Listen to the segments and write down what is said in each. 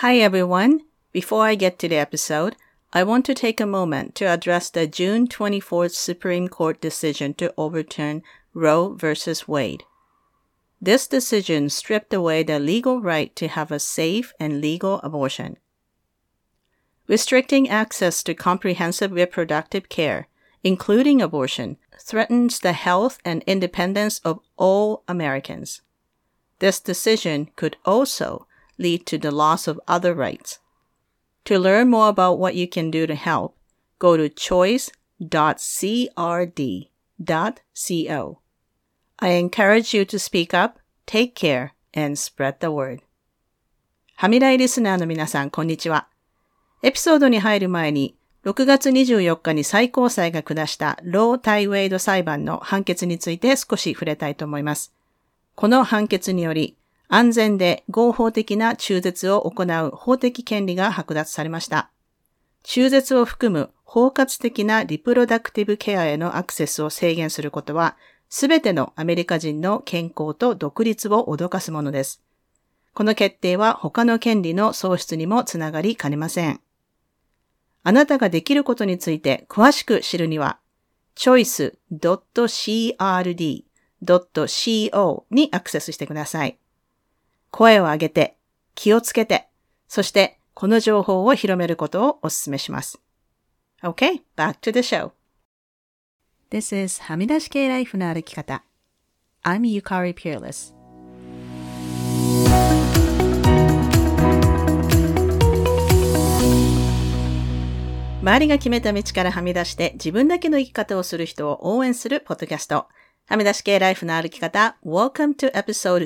Hi everyone. Before I get to the episode, I want to take a moment to address the June 24th Supreme Court decision to overturn Roe v. Wade. This decision stripped away the legal right to have a safe and legal abortion. Restricting access to comprehensive reproductive care, including abortion, threatens the health and independence of all Americans. This decision could also lead to the loss of other rights. To learn more about what you can do to help, go to choice.crd.co. I encourage you to speak up, take care, and spread the word. はみらいリスナーの皆さん、こんにちは。エピソードに入る前に、6月24日に最高裁が下したロー対ウェイド裁判の判決について少し触れたいと思います。この判決により、安全で合法的な中絶を行う法的権利が剥奪されました。中絶を含む包括的なリプロダクティブケアへのアクセスを制限することは、すべてのアメリカ人の健康と独立を脅かすものです。この決定は他の権利の喪失にもつながりかねません。あなたができることについて詳しく知るには、choice.crd.co にアクセスしてください。声を上げて、気をつけて、そしてこの情報を広めることをお勧めします。Okay, back to the show. This is はみ出し系ライフの歩き方。I'm Yukari Peerless.周りが決めた道からはみ出して自分だけの生き方をする人を応援するポッドキャスト。はみ出し系ライフの歩き方。Welcome to episode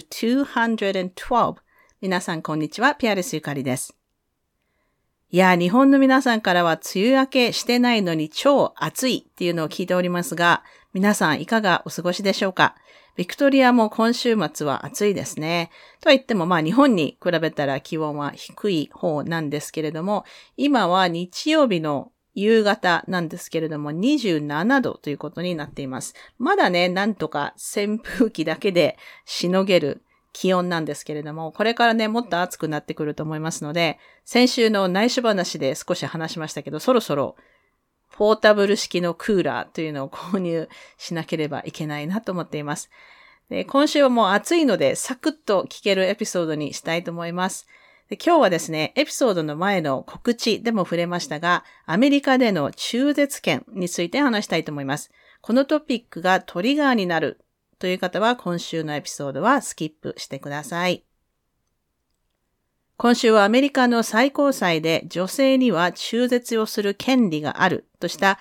212. 皆さんこんにちは。ピアレスゆかりです。いや、日本の皆さんからは梅雨明けしてないのに超暑いっていうのを聞いておりますが、皆さんいかがお過ごしでしょうか？ビクトリアも今週末は暑いですね。とは言っても日本に比べたら気温は低い方なんですけれども、今は日曜日の夕方なんですけれども27度ということになっています。まだね、なんとか扇風機だけでしのげる気温なんですけれども、これからね、もっと暑くなってくると思いますので、先週の内緒話で少し話しましたけど、そろそろポータブル式のクーラーというのを購入しなければいけないなと思っています。で、今週はもう暑いのでサクッと聞けるエピソードにしたいと思います。で、今日はですね、エピソードの前の告知でも触れましたが、アメリカでの中絶権について話したいと思います。このトピックがトリガーになるという方は今週のエピソードはスキップしてください。今週はアメリカの最高裁で女性には中絶をする権利があるとした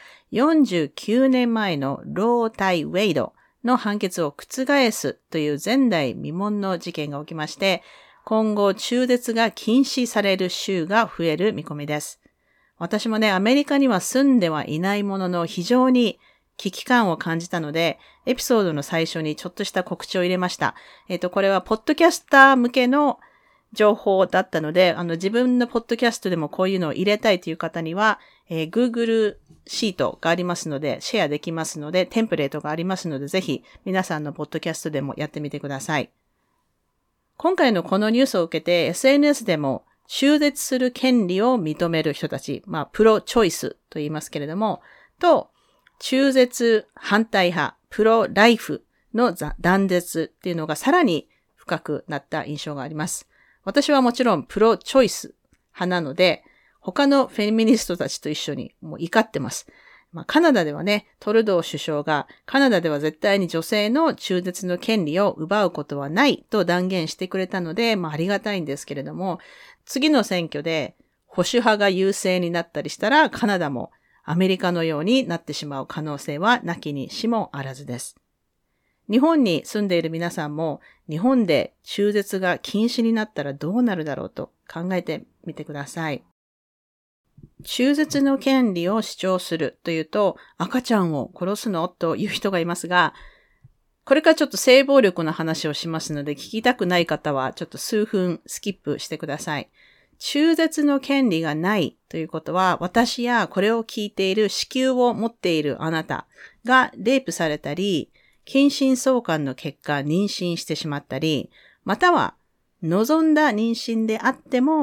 49年前のロー対ウェイドの判決を覆すという前代未聞の事件が起きまして、今後中絶が禁止される州が増える見込みです。私もね、アメリカには住んではいないものの非常に危機感を感じたので、エピソードの最初にちょっとした告知を入れました。これはポッドキャスター向けの情報だったので、自分のポッドキャストでもこういうのを入れたいという方には、Google シートがありますので、シェアできますので、テンプレートがありますので、ぜひ皆さんのポッドキャストでもやってみてください。今回のこのニュースを受けて SNS でも中絶する権利を認める人たち、プロチョイスと言いますけれども、と中絶反対派、プロライフの断絶っていうのがさらに深くなった印象があります。私はもちろんプロチョイス派なので、他のフェミニストたちと一緒にもう怒ってます。カナダではね、トルドー首相がカナダでは絶対に女性の中絶の権利を奪うことはないと断言してくれたので、ありがたいんですけれども、次の選挙で保守派が優勢になったりしたら、カナダもアメリカのようになってしまう可能性はなきにしもあらずです。日本に住んでいる皆さんも、日本で中絶が禁止になったらどうなるだろうと考えてみてください。中絶の権利を主張するというと、赤ちゃんを殺すのという人がいますが、これからちょっと性暴力の話をしますので、聞きたくない方はちょっと数分スキップしてください。中絶の権利がないということは、私やこれを聞いている子宮を持っているあなたがレイプされたり、近親相関の結果妊娠してしまったり、または望んだ妊娠であっても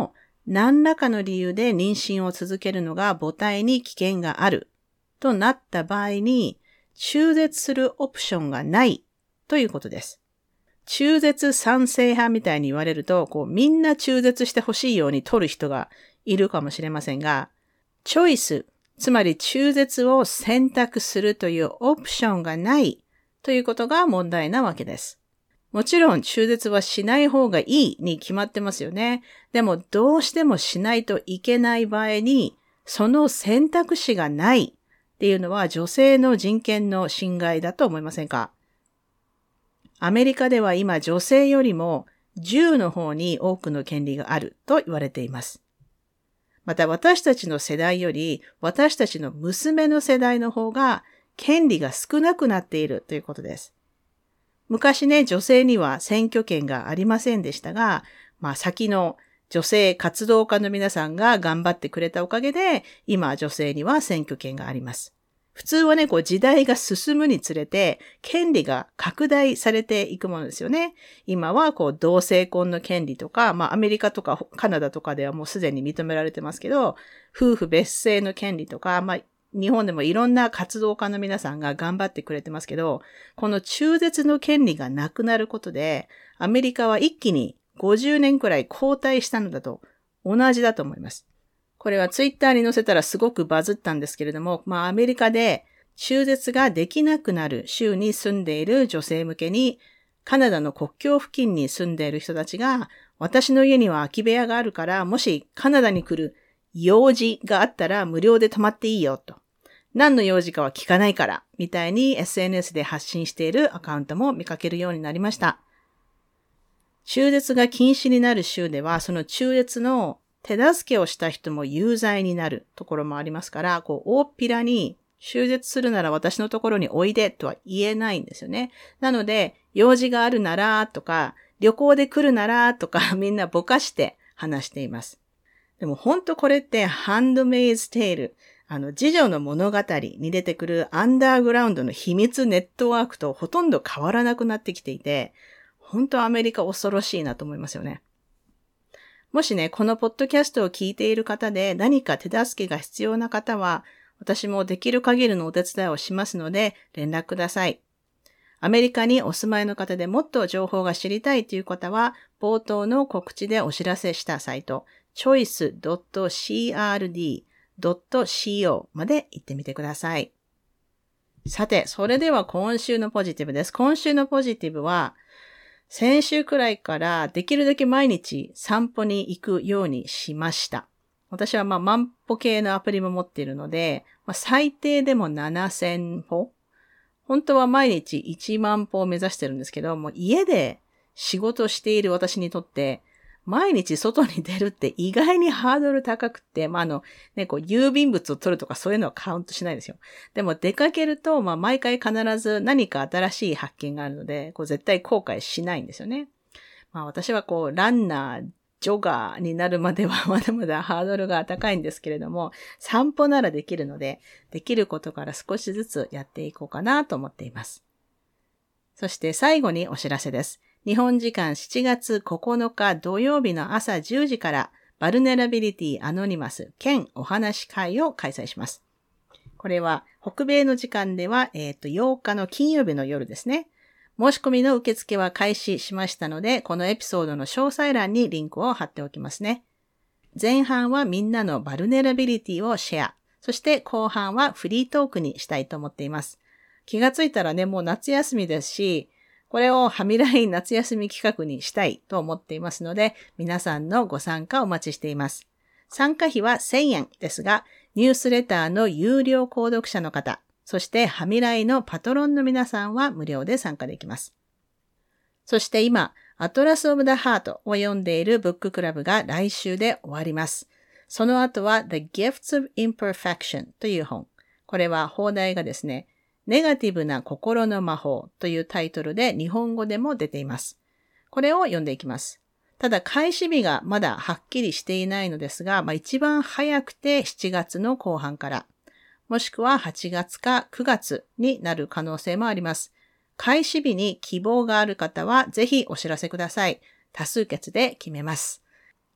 何らかの理由で妊娠を続けるのが母体に危険があるとなった場合に、中絶するオプションがないということです。中絶賛成派みたいに言われると、みんな中絶してほしいように取る人がいるかもしれませんが、チョイス、つまり中絶を選択するというオプションがないということが問題なわけです。もちろん中絶はしない方がいいに決まってますよね。でもどうしてもしないといけない場合に、その選択肢がないっていうのは女性の人権の侵害だと思いませんか？アメリカでは今女性よりも銃の方に多くの権利があると言われています。また私たちの世代より私たちの娘の世代の方が権利が少なくなっているということです。昔ね、女性には選挙権がありませんでしたが、先の女性活動家の皆さんが頑張ってくれたおかげで、今女性には選挙権があります。普通はね、時代が進むにつれて、権利が拡大されていくものですよね。今は同性婚の権利とか、アメリカとかカナダとかではもうすでに認められてますけど、夫婦別姓の権利とか、日本でもいろんな活動家の皆さんが頑張ってくれてますけど、この中絶の権利がなくなることで、アメリカは一気に50年くらい後退したのだと同じだと思います。これはツイッターに載せたらすごくバズったんですけれども、アメリカで中絶ができなくなる州に住んでいる女性向けに、カナダの国境付近に住んでいる人たちが、私の家には空き部屋があるから、もしカナダに来る用事があったら無料で泊まっていいよと。何の用事かは聞かないから、みたいに SNS で発信しているアカウントも見かけるようになりました。中絶が禁止になる州では、その中絶の手助けをした人も有罪になるところもありますから、大っぴらに中絶するなら私のところにおいでとは言えないんですよね。なので、用事があるならとか、旅行で来るならとか、みんなぼかして話しています。でも本当これってハンドメイズテール、次女の物語に出てくるアンダーグラウンドの秘密ネットワークとほとんど変わらなくなってきていて、本当アメリカ恐ろしいなと思いますよね。もしね、このポッドキャストを聞いている方で何か手助けが必要な方は、私もできる限りのお手伝いをしますので連絡ください。アメリカにお住まいの方でもっと情報が知りたいという方は、冒頭の告知でお知らせしたサイト、choice.crd.co まで行ってみてください。さて、それでは今週のポジティブです。今週のポジティブは、先週くらいからできるだけ毎日散歩に行くようにしました。私は万歩計のアプリも持っているので、最低でも7000歩。本当は毎日1万歩を目指してるんですけど、もう家で仕事している私にとって、毎日外に出るって意外にハードル高くって、郵便物を取るとかそういうのはカウントしないですよ。でも出かけると、毎回必ず何か新しい発見があるので、絶対後悔しないんですよね。私はランナー、ジョガーになるまではまだまだハードルが高いんですけれども、散歩ならできるので、できることから少しずつやっていこうかなと思っています。そして最後にお知らせです。日本時間7月9日土曜日の朝10時からバルネラビリティアノニマス兼お話会を開催します。これは北米の時間では、8日の金曜日の夜ですね。申し込みの受付は開始しましたので、このエピソードの詳細欄にリンクを貼っておきますね。前半はみんなのバルネラビリティをシェア。そして後半はフリートークにしたいと思っています。気がついたらね、もう夏休みですし、これをはみらい夏休み企画にしたいと思っていますので、皆さんのご参加お待ちしています。参加費は1000円ですが、ニュースレターの有料購読者の方、そしてはみらいのパトロンの皆さんは無料で参加できます。そして今、アトラス・オブ・ザ・ハートを読んでいるブッククラブが来週で終わります。その後は The Gifts of Imperfection という本。これは放題がですね、ネガティブな心の魔法というタイトルで日本語でも出ています。これを読んでいきます。ただ開始日がまだはっきりしていないのですが、一番早くて7月の後半から、もしくは8月か9月になる可能性もあります。開始日に希望がある方はぜひお知らせください。多数決で決めます。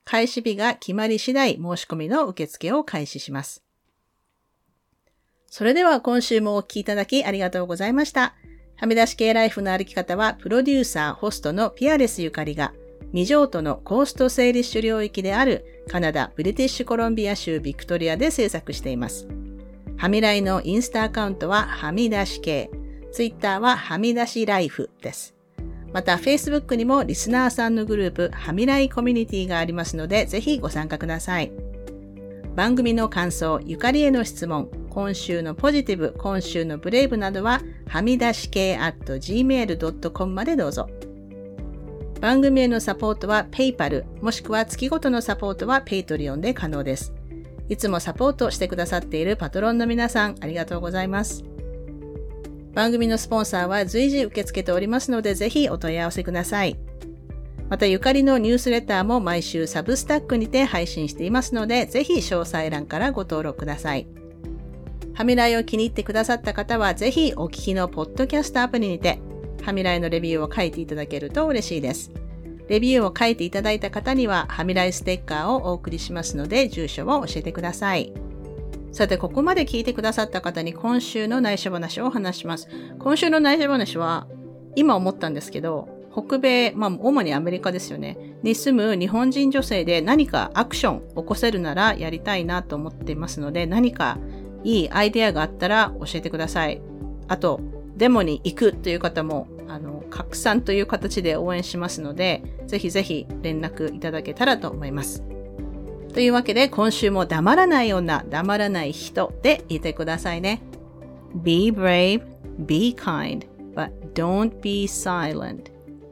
開始日が決まり次第申し込みの受付を開始します。それでは今週もお聞きいただきありがとうございました。はみ出し系ライフの歩き方はプロデューサー、ホストのピアレスゆかりが未譲渡のコーストセーリッシュ領域であるカナダ・ブリティッシュコロンビア州ビクトリアで制作しています。はみらいのインスタアカウントははみ出し系、ツイッターははみ出しライフです。また Facebook にもリスナーさんのグループはみらいコミュニティがありますのでぜひご参加ください。番組の感想、ゆかりへの質問、今週のポジティブ、今週のブレイブなどははみ出し系@gmail.com までどうぞ。番組へのサポートは PayPal もしくは月ごとのサポートは Patreon で可能です。いつもサポートしてくださっているパトロンの皆さんありがとうございます。番組のスポンサーは随時受け付けておりますのでぜひお問い合わせください。またゆかりのニュースレターも毎週サブスタックにて配信していますのでぜひ詳細欄からご登録ください。はみらいを気に入ってくださった方はぜひお聞きのポッドキャストアプリにてはみらいのレビューを書いていただけると嬉しいです。レビューを書いていただいた方にははみらいステッカーをお送りしますので住所を教えてください。さてここまで聞いてくださった方に今週の内緒話を話します。今週の内緒話は今思ったんですけど北米、主にアメリカですよね、に住む日本人女性で何かアクション起こせるならやりたいなと思っていますので何かいいアイデアがあったら教えてください。あとデモに行くという方も拡散という形で応援しますのでぜひぜひ連絡いただけたらと思います。というわけで今週も黙らない女、黙らない人でいてくださいね。Be brave, be kind, but don't be silent.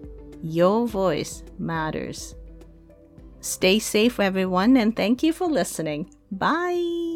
Your voice matters. Stay safe everyone and thank you for listening. Bye!